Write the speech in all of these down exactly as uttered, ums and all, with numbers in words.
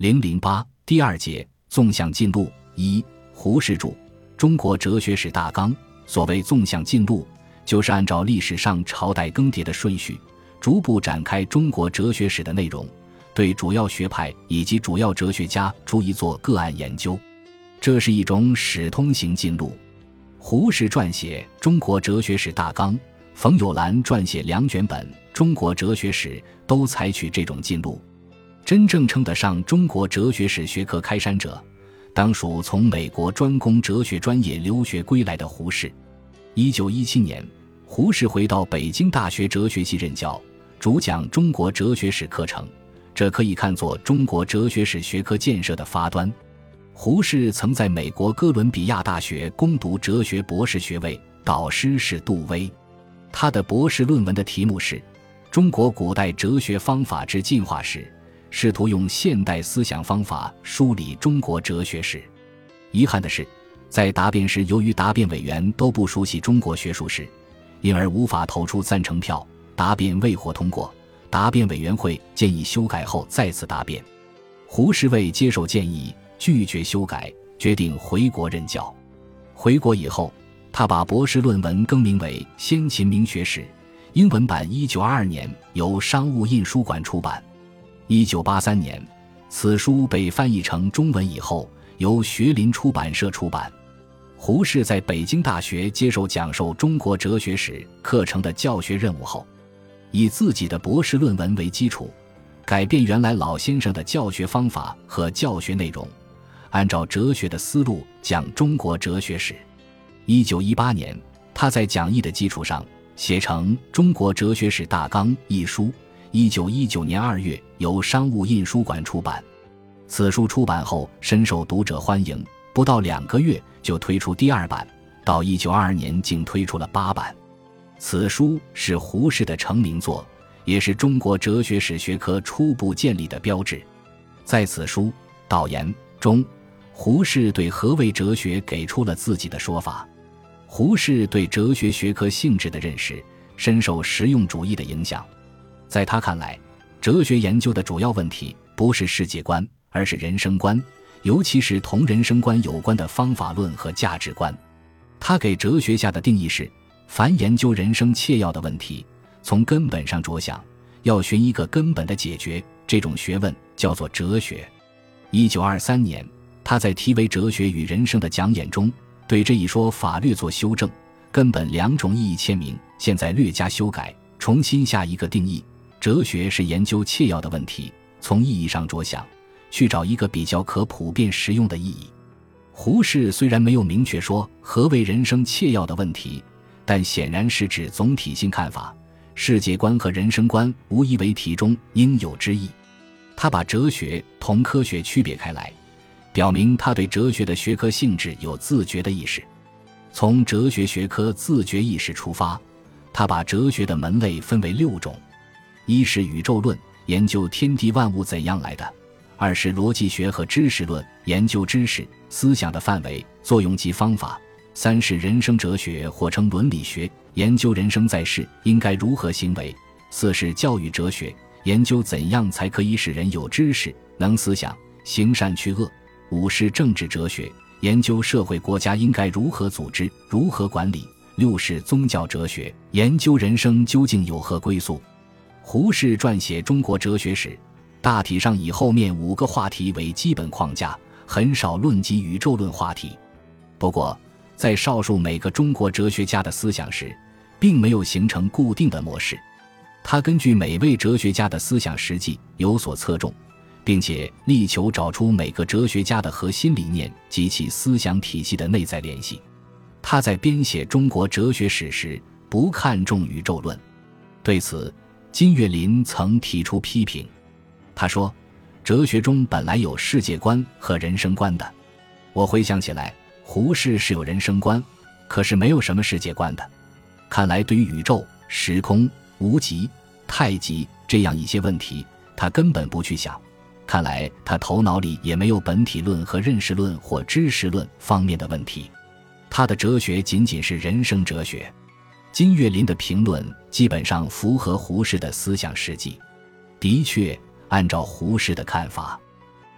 零零八第二节纵向进路一胡适著《中国哲学史大纲》。所谓纵向进路，就是按照历史上朝代更迭的顺序，逐步展开中国哲学史的内容，对主要学派以及主要哲学家逐一做个案研究。这是一种史通型进路。胡适撰写《中国哲学史大纲》，冯友兰撰写两卷本《中国哲学史》，都采取这种进路。真正称得上中国哲学史学科开山者，当属从美国专攻哲学专业留学归来的胡适。一九一七年，胡适回到北京大学哲学系任教，主讲中国哲学史课程，这可以看作中国哲学史学科建设的发端。胡适曾在美国哥伦比亚大学攻读哲学博士学位，导师是杜威。他的博士论文的题目是《中国古代哲学方法之进化史》，试图用现代思想方法梳理中国哲学史。遗憾的是，在答辩时由于答辩委员都不熟悉中国学术史，因而无法投出赞成票，答辩未获通过。答辩委员会建议修改后再次答辩，胡适未接受建议，拒绝修改，决定回国任教。回国以后，他把博士论文更名为《先秦明学史》，英文版一九二二年由商务印书馆出版。一九八三年，此书被翻译成中文以后，由学林出版社出版。胡适在北京大学接受讲授中国哲学史课程的教学任务后，以自己的博士论文为基础，改变原来老先生的教学方法和教学内容，按照哲学的思路讲中国哲学史。一九一八年，他在讲义的基础上写成《中国哲学史大纲》一书，一九一九年二月由商务印书馆出版。此书出版后深受读者欢迎，不到两个月就推出第二版，到一九二二年竟推出了八版。此书是胡适的成名作，也是中国哲学史学科初步建立的标志。在此书导言中，胡适对何谓哲学给出了自己的说法。胡适对哲学学科性质的认识深受实用主义的影响。在他看来，哲学研究的主要问题不是世界观，而是人生观，尤其是同人生观有关的方法论和价值观。他给哲学家的定义是，凡研究人生切要的问题，从根本上着想，要寻一个根本的解决，这种学问叫做哲学。一九二三年，他在题为《哲学与人生》的讲演中，对这一说法略作修正，根本两种意义签明，现在略加修改，重新下一个定义：哲学是研究切要的问题，从意义上着想，去找一个比较可普遍实用的意义。胡适虽然没有明确说何为人生切要的问题，但显然是指总体性看法，世界观和人生观无疑为题中应有之意。他把哲学同科学区别开来，表明他对哲学的学科性质有自觉的意识。从哲学学科自觉意识出发，他把哲学的门类分为六种：一是宇宙论，研究天地万物怎样来的；二是逻辑学和知识论，研究知识、思想的范围、作用及方法；三是人生哲学或称伦理学，研究人生在世应该如何行为；四是教育哲学，研究怎样才可以使人有知识、能思想、行善去恶；五是政治哲学，研究社会国家应该如何组织、如何管理；六是宗教哲学，研究人生究竟有何归宿。胡适撰写中国哲学史，大体上以后面五个话题为基本框架，很少论及宇宙论话题。不过在少数每个中国哲学家的思想时，并没有形成固定的模式，他根据每位哲学家的思想实际有所侧重，并且力求找出每个哲学家的核心理念及其思想体系的内在联系。他在编写中国哲学史时不看重宇宙论，对此金岳霖曾提出批评。他说，哲学中本来有世界观和人生观的。我回想起来，胡适是有人生观，可是没有什么世界观的。看来对于宇宙、时空、无极、太极这样一些问题，他根本不去想。看来他头脑里也没有本体论和认识论或知识论方面的问题。他的哲学仅仅是人生哲学。金岳霖的评论基本上符合胡适的思想实际。的确，按照胡适的看法，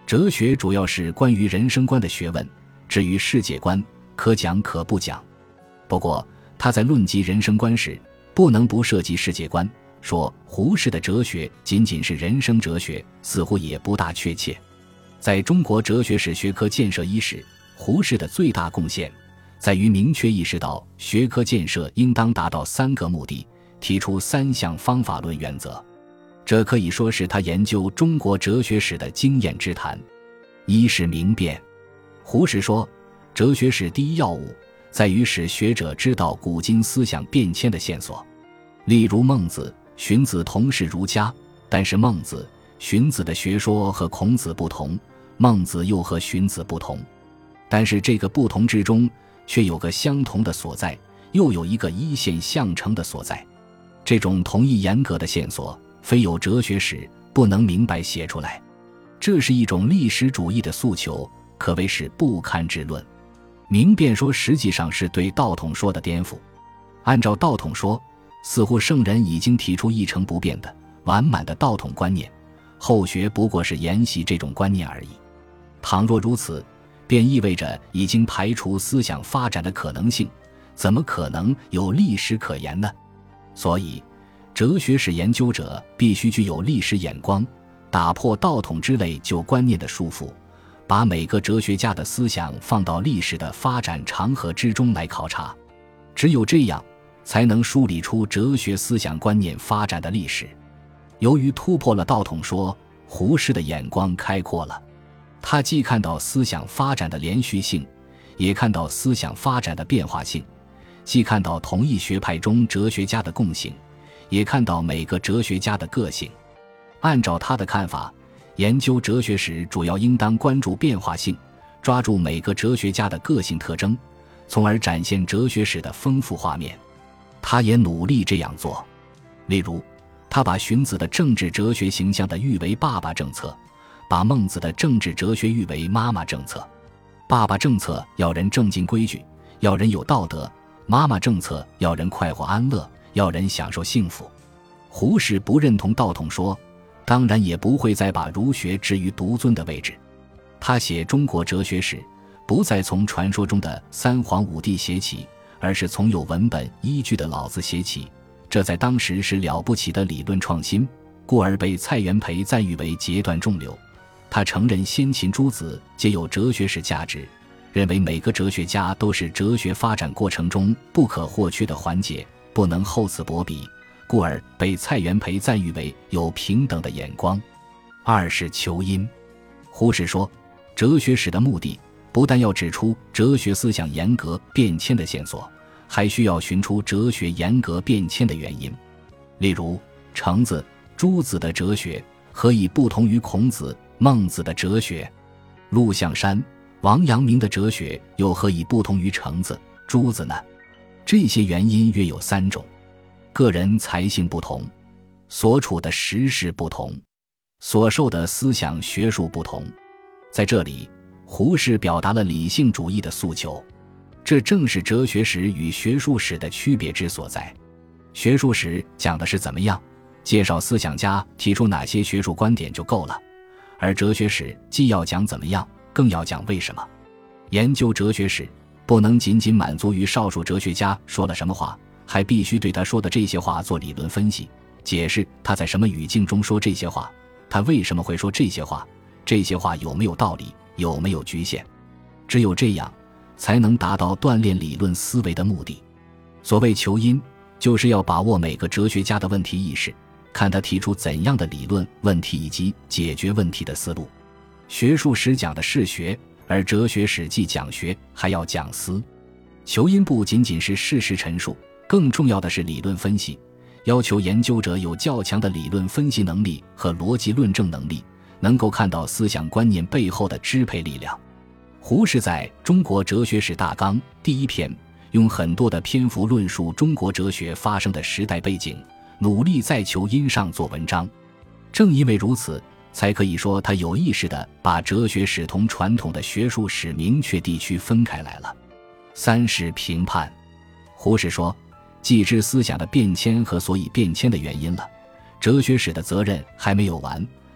哲学主要是关于人生观的学问，至于世界观，可讲可不讲。不过他在论及人生观时，不能不涉及世界观，说胡适的哲学仅仅是人生哲学，似乎也不大确切。在中国哲学史学科建设伊始，胡适的最大贡献在于明确意识到学科建设应当达到三个目的，提出三项方法论原则。这可以说是他研究中国哲学史的经验之谈。一是明辨。胡适说，哲学史第一要务在于使学者知道古今思想变迁的线索。例如孟子、荀子同是儒家，但是孟子、荀子的学说和孔子不同，孟子又和荀子不同。但是这个不同之中却有个相同的所在，又有一个一线相承的所在。这种同一严格的线索，非有哲学史不能明白写出来。这是一种历史主义的诉求，可谓是不堪之论。明辨说实际上是对道统说的颠覆。按照道统说，似乎圣人已经提出一成不变的完满的道统观念，后学不过是沿袭这种观念而已。倘若如此，便意味着已经排除思想发展的可能性，怎么可能有历史可言呢？所以哲学史研究者必须具有历史眼光，打破道统之类旧观念的束缚，把每个哲学家的思想放到历史的发展长河之中来考察。只有这样，才能梳理出哲学思想观念发展的历史。由于突破了道统说，胡适的眼光开阔了，他既看到思想发展的连续性，也看到思想发展的变化性，既看到同一学派中哲学家的共性，也看到每个哲学家的个性。按照他的看法，研究哲学史主要应当关注变化性，抓住每个哲学家的个性特征，从而展现哲学史的丰富画面。他也努力这样做。例如，他把荀子的政治哲学形象的誉为爸爸政策，把孟子的政治哲学誉为妈妈政策。爸爸政策要人正经规矩，要人有道德；妈妈政策要人快活安乐，要人享受幸福。胡适不认同道统说，当然也不会再把儒学置于独尊的位置。他写中国哲学史，不再从传说中的三皇五帝写起，而是从有文本依据的老子写起，这在当时是了不起的理论创新，故而被蔡元培赞誉为截断众流。他承认先秦诸子皆有哲学史价值，认为每个哲学家都是哲学发展过程中不可或缺的环节，不能厚此薄彼，故而被蔡元培赞誉为有平等的眼光。二是求因。胡适说，哲学史的目的不但要指出哲学思想严格变迁的线索，还需要寻出哲学严格变迁的原因。例如，程子、朱子的哲学何以不同于孔子、孟子的哲学？陆象山、王阳明的哲学又何以不同于程子、朱子呢？这些原因约有三种：个人才性不同，所处的时事不同，所受的思想学术不同。在这里，胡适表达了理性主义的诉求，这正是哲学史与学术史的区别之所在。学术史讲的是怎么样，介绍思想家提出哪些学术观点就够了，而哲学史既要讲怎么样，更要讲为什么。研究哲学史不能仅仅满足于少数哲学家说了什么话，还必须对他说的这些话做理论分析，解释他在什么语境中说这些话，他为什么会说这些话，这些话有没有道理，有没有局限。只有这样才能达到锻炼理论思维的目的。所谓求因，就是要把握每个哲学家的问题意识，看他提出怎样的理论问题以及解决问题的思路。学术史讲的是学，而哲学史既讲学还要讲思。求因不仅仅是事实陈述，更重要的是理论分析，要求研究者有较强的理论分析能力和逻辑论证能力，能够看到思想观念背后的支配力量。胡适在《中国哲学史大纲》第一篇用很多的篇幅论述中国哲学发生的时代背景，努力在求因上做文章。正因为如此，才可以说他有意识地把哲学史同传统的学术史明确地区分开来了。三是评判。胡适说，既知思想的变迁和所以变迁的原因了，哲学史的责任还没有完，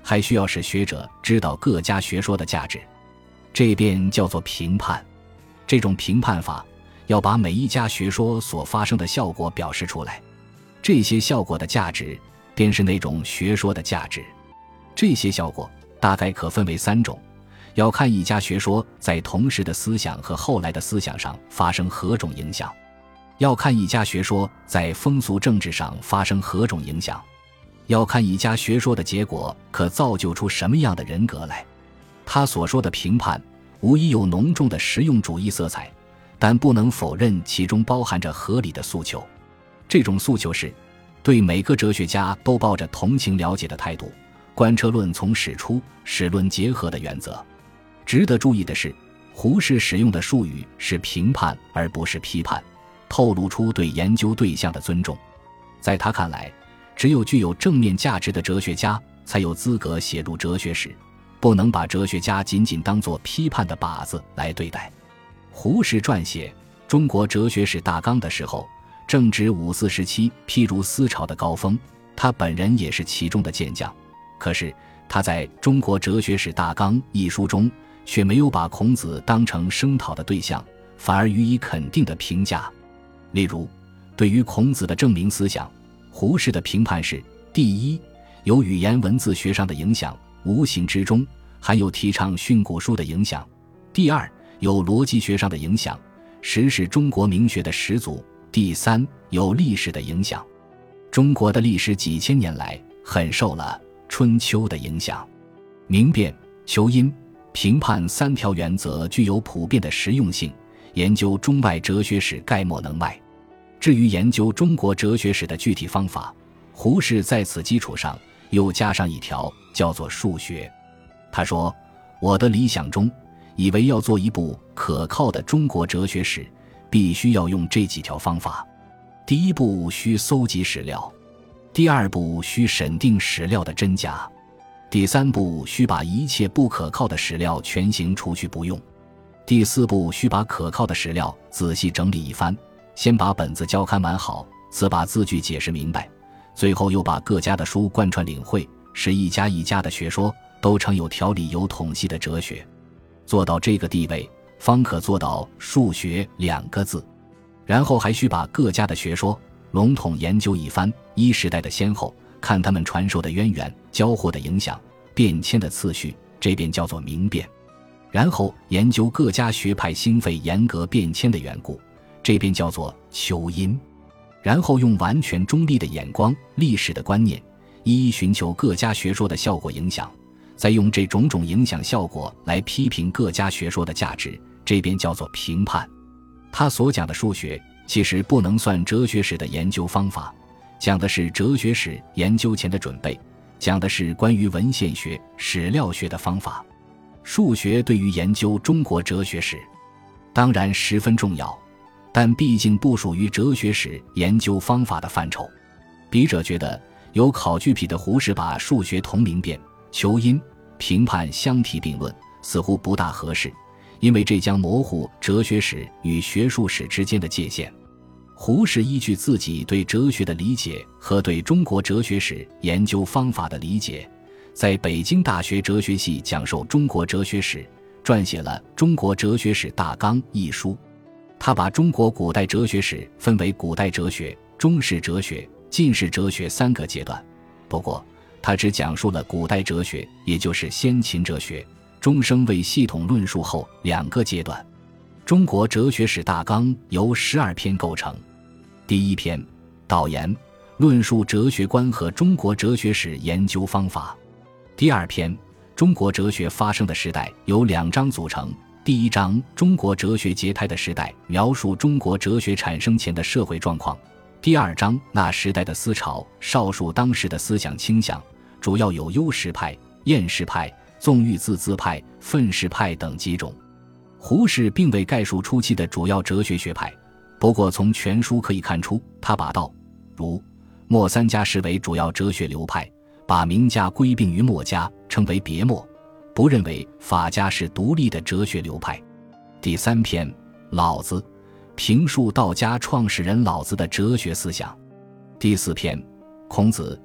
还需要使学者知道各家学说的价值，这便叫做评判。这种评判法要把每一家学说所发生的效果表示出来，这些效果的价值便是那种学说的价值。这些效果大概可分为三种，要看一家学说在同时的思想和后来的思想上发生何种影响，要看一家学说在风俗政治上发生何种影响，要看一家学说的结果可造就出什么样的人格来。他所说的评判无疑有浓重的实用主义色彩，但不能否认其中包含着合理的诉求。这种诉求是对每个哲学家都抱着同情了解的态度，贯彻论从始出始论结合的原则。值得注意的是，胡适使用的术语是评判而不是批判，透露出对研究对象的尊重。在他看来，只有具有正面价值的哲学家才有资格写入哲学史，不能把哲学家仅仅当作批判的靶子来对待。胡适撰写《中国哲学史大纲》的时候，正值五四时期批儒思潮的高峰，他本人也是其中的健将。可是他在《中国哲学史大纲》一书中却没有把孔子当成声讨的对象，反而予以肯定的评价。例如，对于孔子的证明思想，胡适的评判是：第一，有语言文字学上的影响，无形之中含有提倡训诂书的影响；第二，有逻辑学上的影响，实是中国明学的始祖；第三，有历史的影响。中国的历史几千年来很受了春秋的影响。明辨、求因、评判三条原则具有普遍的实用性，研究中外哲学史概莫能外。至于研究中国哲学史的具体方法，胡适在此基础上又加上一条，叫做数学。他说，我的理想中以为要做一部可靠的中国哲学史，必须要用这几条方法。第一步需搜集史料，第二步需审定史料的真假，第三步需把一切不可靠的史料全行除去不用，第四步需把可靠的史料仔细整理一番，先把本子校勘完好，次把字句解释明白，最后又把各家的书贯穿领会，使一家一家的学说都成有条理有统系的哲学。做到这个地位，方可做到数学两个字。然后还需把各家的学说笼统研究一番，依时代的先后，看他们传授的渊源、交互的影响、变迁的次序，这便叫做明辨。然后研究各家学派兴废严格变迁的缘故，这便叫做求因。然后用完全中立的眼光、历史的观念，一一寻求各家学说的效果影响，再用这种种影响效果来批评各家学说的价值，这便叫做评判。他所讲的数学其实不能算哲学史的研究方法，讲的是哲学史研究前的准备，讲的是关于文献学、史料学的方法。数学对于研究中国哲学史当然十分重要，但毕竟不属于哲学史研究方法的范畴。笔者觉得有考据癖的胡适把数学同明辨、求因、评判相提并论，似乎不大合适，因为这将模糊哲学史与学术史之间的界限。胡适依据自己对哲学的理解和对中国哲学史研究方法的理解，在北京大学哲学系讲授中国哲学史，撰写了《中国哲学史大纲》一书。他把中国古代哲学史分为古代哲学、中世哲学、近世哲学三个阶段，不过他只讲述了古代哲学，也就是先秦哲学、中生为系统论述后两个阶段。中国哲学史大纲由十二篇构成。第一篇，导言，论述哲学观和中国哲学史研究方法。第二篇，中国哲学发生的时代，由两章组成。第一章，中国哲学结胎的时代，描述中国哲学产生前的社会状况。第二章，那时代的思潮，少数当时的思想倾向，主要有优实派、厌世派、纵欲自恣派、愤世派等几种。胡适并未概述初期的主要哲学学派，不过从全书可以看出，他把道、儒、墨三家视为主要哲学流派，把名家归并于墨家，称为别墨，不认为法家是独立的哲学流派。第三篇，老子，评述道家创始人老子的哲学思想。第四篇，孔子，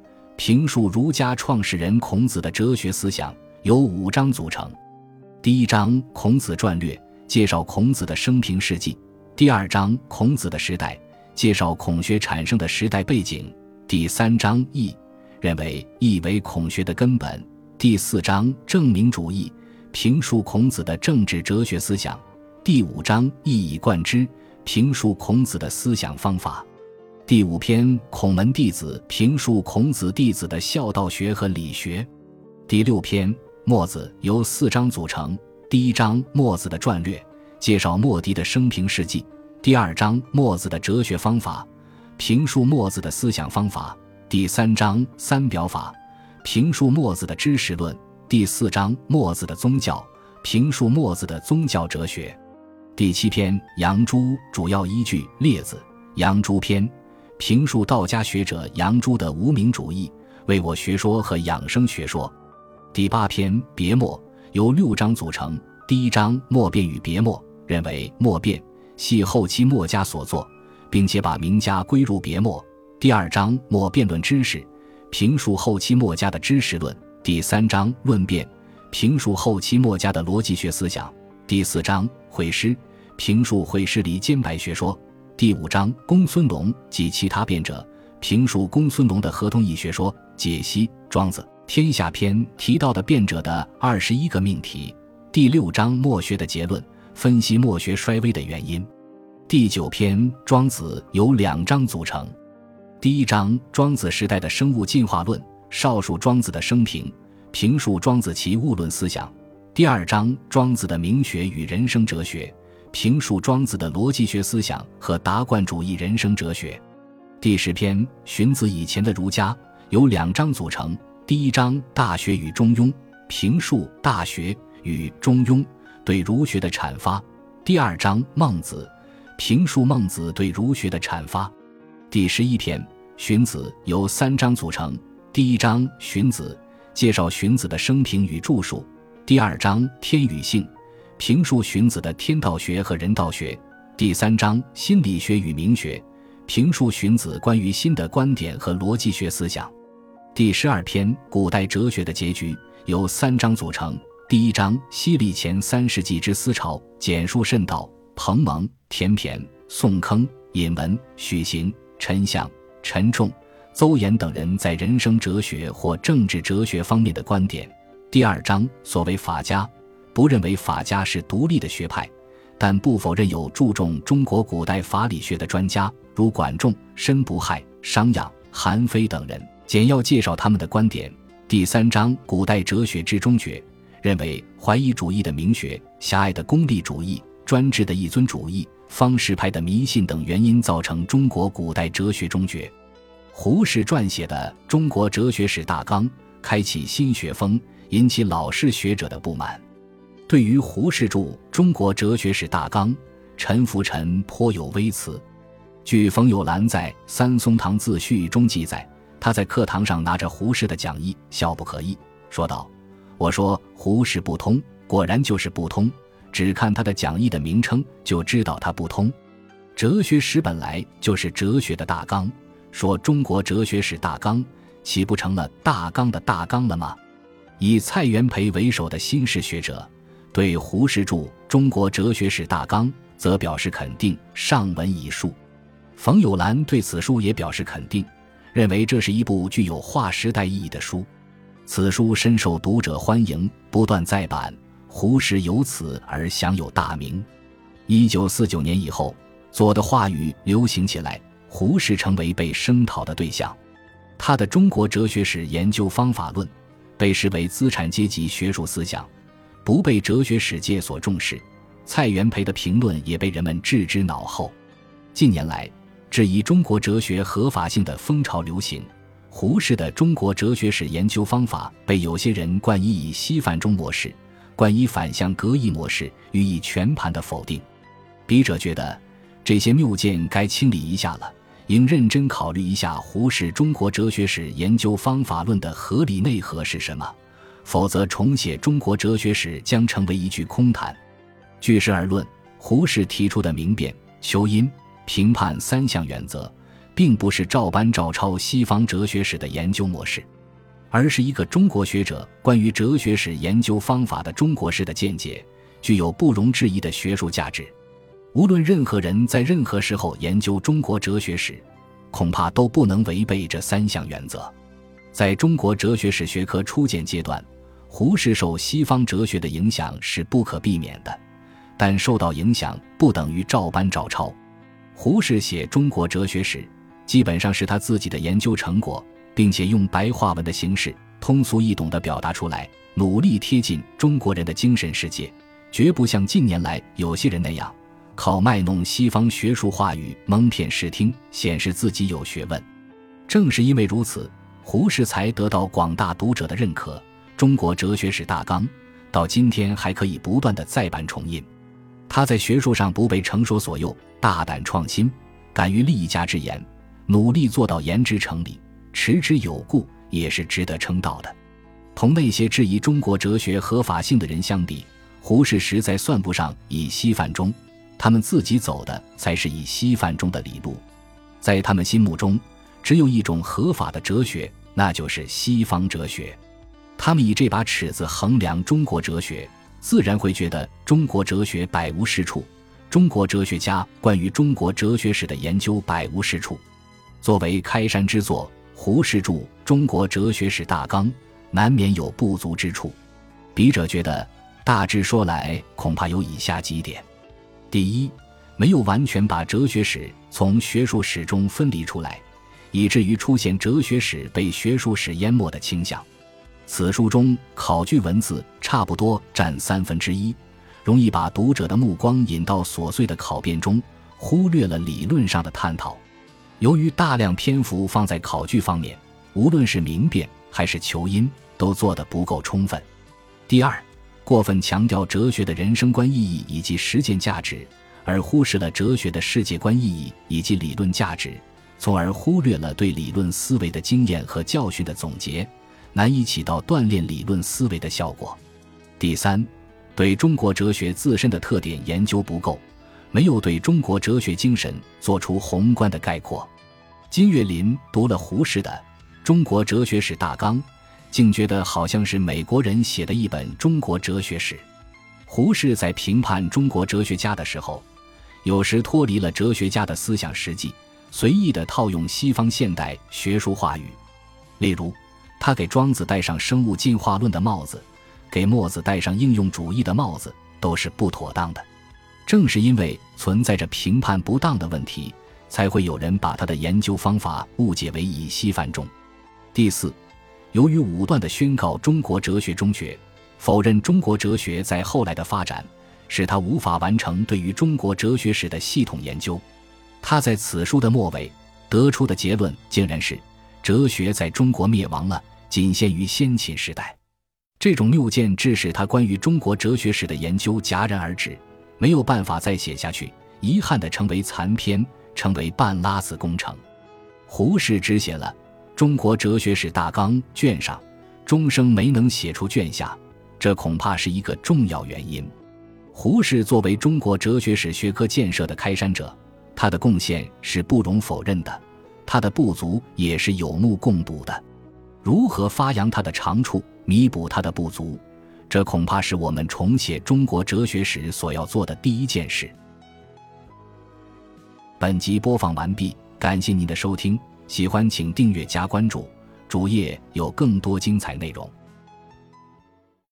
评述儒家创始人孔子的哲学思想，由五章组成。第一章孔子传略，介绍孔子的生平事迹。第二章孔子的时代，介绍孔学产生的时代背景。第三章义，认为义为孔学的根本。第四章正名主义，评述孔子的政治哲学思想。第五章一以贯之，评述孔子的思想方法。第五篇孔门弟子，评述孔子弟子的孝道学和理学。第六篇墨子，由四章组成。第一章墨子的传略，介绍墨翟的生平事迹。第二章墨子的哲学方法，评述墨子的思想方法。第三章三表法，评述墨子的知识论。第四章墨子的宗教，评述墨子的宗教哲学。第七篇杨朱，主要依据列子杨朱篇，评述道家学者杨朱的无名主义、唯我学说和养生学说。第八篇别墨，由六章组成。第一章墨辩与别墨，认为墨辩系后期墨家所作，并且把名家归入别墨。第二章墨辩论知识，评述后期墨家的知识论。第三章论辩，评述后期墨家的逻辑学思想。第四章会师，评述会师离兼白学说。第五章公孙龙及其他辩者，评述公孙龙的合同义学说，解析庄子天下篇提到的辩者的二十一个命题。第六章墨学的结论，分析墨学衰微的原因。第九篇庄子，由两章组成。第一章庄子时代的生物进化论，少述庄子的生平，评述庄子其物论思想。第二章庄子的名学与人生哲学，评述庄子的逻辑学思想和达观主义人生哲学。第十篇荀子以前的儒家，由两章组成。第一章大学与中庸，评述大学与中庸对儒学的阐发。第二章孟子，评述孟子对儒学的阐发。第十一篇荀子，由三章组成。第一章荀子，介绍荀子的生平与著述。第二章天与性，评述荀子的天道学和人道学。第三章心理学与名学，评述荀子关于新的观点和逻辑学思想。第十二篇古代哲学的结局，由三章组成。第一章西历前三世纪之思潮，简述慎道、彭蒙、田骈、宋坑、尹文、许行、陈相、陈仲、邹衍等人在人生哲学或政治哲学方面的观点。第二章所谓法家，不认为法家是独立的学派，但不否认有注重中国古代法理学的专家，如管仲、申不害、商鞅、韩非等人，简要介绍他们的观点。第三章古代哲学之终结，认为怀疑主义的名学、狭隘的功利主义、专制的一尊主义、方士派的迷信等原因造成中国古代哲学终结。胡适撰写的《中国哲学史大纲》开启新学风，引起老式学者的不满。对于胡适著《中国哲学史大纲》，陈福臣颇有微词。据冯友兰在《三松堂自序》中记载，他在课堂上拿着胡适的讲义，笑不可抑，说道：我说胡适不通，果然就是不通，只看他的讲义的名称就知道他不通。哲学史本来就是哲学的大纲，说中国哲学史大纲，岂不成了大纲的大纲了吗？以蔡元培为首的新式学者对胡适著《中国哲学史大纲》则表示肯定，上文已述。冯友兰对此书也表示肯定，认为这是一部具有划时代意义的书。此书深受读者欢迎，不断再版，胡适由此而享有大名。一九四九年以后，左的话语流行起来，胡适成为被声讨的对象。他的《中国哲学史研究方法论》被视为资产阶级学术思想，不被哲学史界所重视。蔡元培的评论也被人们置之脑后。近年来，质疑中国哲学合法性的风潮流行，胡适的《中国哲学史研究方法》被有些人冠以以西反中模式，冠以反向格义模式，予以全盘的否定。笔者觉得这些谬见该清理一下了，应认真考虑一下胡适《中国哲学史研究方法论》的合理内核是什么，否则重写中国哲学史将成为一句空谈。据实而论，胡适提出的明辨、求因、评判三项原则， 并不是照搬照抄西方哲学史的研究模式，而是一个中国学者关于哲学史研究方法的中国式的见解，具有不容置疑的学术价值。无论任何人在任何时候研究中国哲学史，恐怕都不能违背这三项原则。在中国哲学史学科初建阶段，胡适受西方哲学的影响是不可避免的，但受到影响不等于照搬照抄。胡适写中国哲学史，基本上是他自己的研究成果，并且用白话文的形式通俗易懂地表达出来，努力贴近中国人的精神世界，绝不像近年来有些人那样靠卖弄西方学术话语蒙骗视听，显示自己有学问。正是因为如此，胡适才得到广大读者的认可，中国哲学史大纲到今天还可以不断地再版重印。他在学术上不被成熟所诱，大胆创新，敢于立一家之言，努力做到言之成理，持之有故，也是值得称道的。同那些质疑中国哲学合法性的人相比，胡适实在算不上以西范中，他们自己走的才是以西范中的理路。在他们心目中，只有一种合法的哲学，那就是西方哲学。他们以这把尺子衡量中国哲学，自然会觉得中国哲学百无是处，中国哲学家关于中国哲学史的研究百无是处。作为开山之作，胡适著《中国哲学史大纲》难免有不足之处。笔者觉得，大致说来恐怕有以下几点。第一，没有完全把哲学史从学术史中分离出来，以至于出现哲学史被学术史淹没的倾向。此书中考据文字差不多占三分之一，容易把读者的目光引到琐碎的考辨中，忽略了理论上的探讨。由于大量篇幅放在考据方面，无论是明辨还是求因，都做得不够充分。第二，过分强调哲学的人生观意义以及实践价值，而忽视了哲学的世界观意义以及理论价值，从而忽略了对理论思维的经验和教训的总结，难以起到锻炼理论思维的效果。第三，对中国哲学自身的特点研究不够，没有对中国哲学精神做出宏观的概括。金岳霖读了胡适的《中国哲学史大纲》，竟觉得好像是美国人写的一本中国哲学史。胡适在评判中国哲学家的时候，有时脱离了哲学家的思想实际，随意地套用西方现代学术话语。例如，他给庄子戴上生物进化论的帽子，给墨子戴上应用主义的帽子，都是不妥当的。正是因为存在着评判不当的问题，才会有人把他的研究方法误解为以西范中。第四，由于武断地宣告中国哲学中学，否认中国哲学在后来的发展，使他无法完成对于中国哲学史的系统研究。他在此书的末尾得出的结论竟然是哲学在中国灭亡了，仅限于先秦时代。这种谬见致使他关于中国哲学史的研究戛然而止，没有办法再写下去，遗憾地成为残篇，成为半拉子工程。胡适只写了《中国哲学史大纲》卷上，终生没能写出卷下，这恐怕是一个重要原因。胡适作为中国哲学史学科建设的开山者，他的贡献是不容否认的，他的不足也是有目共睹的。如何发扬他的长处，弥补他的不足，这恐怕是我们重写中国哲学史所要做的第一件事。本集播放完毕，感谢您的收听，喜欢请订阅加关注，主页有更多精彩内容。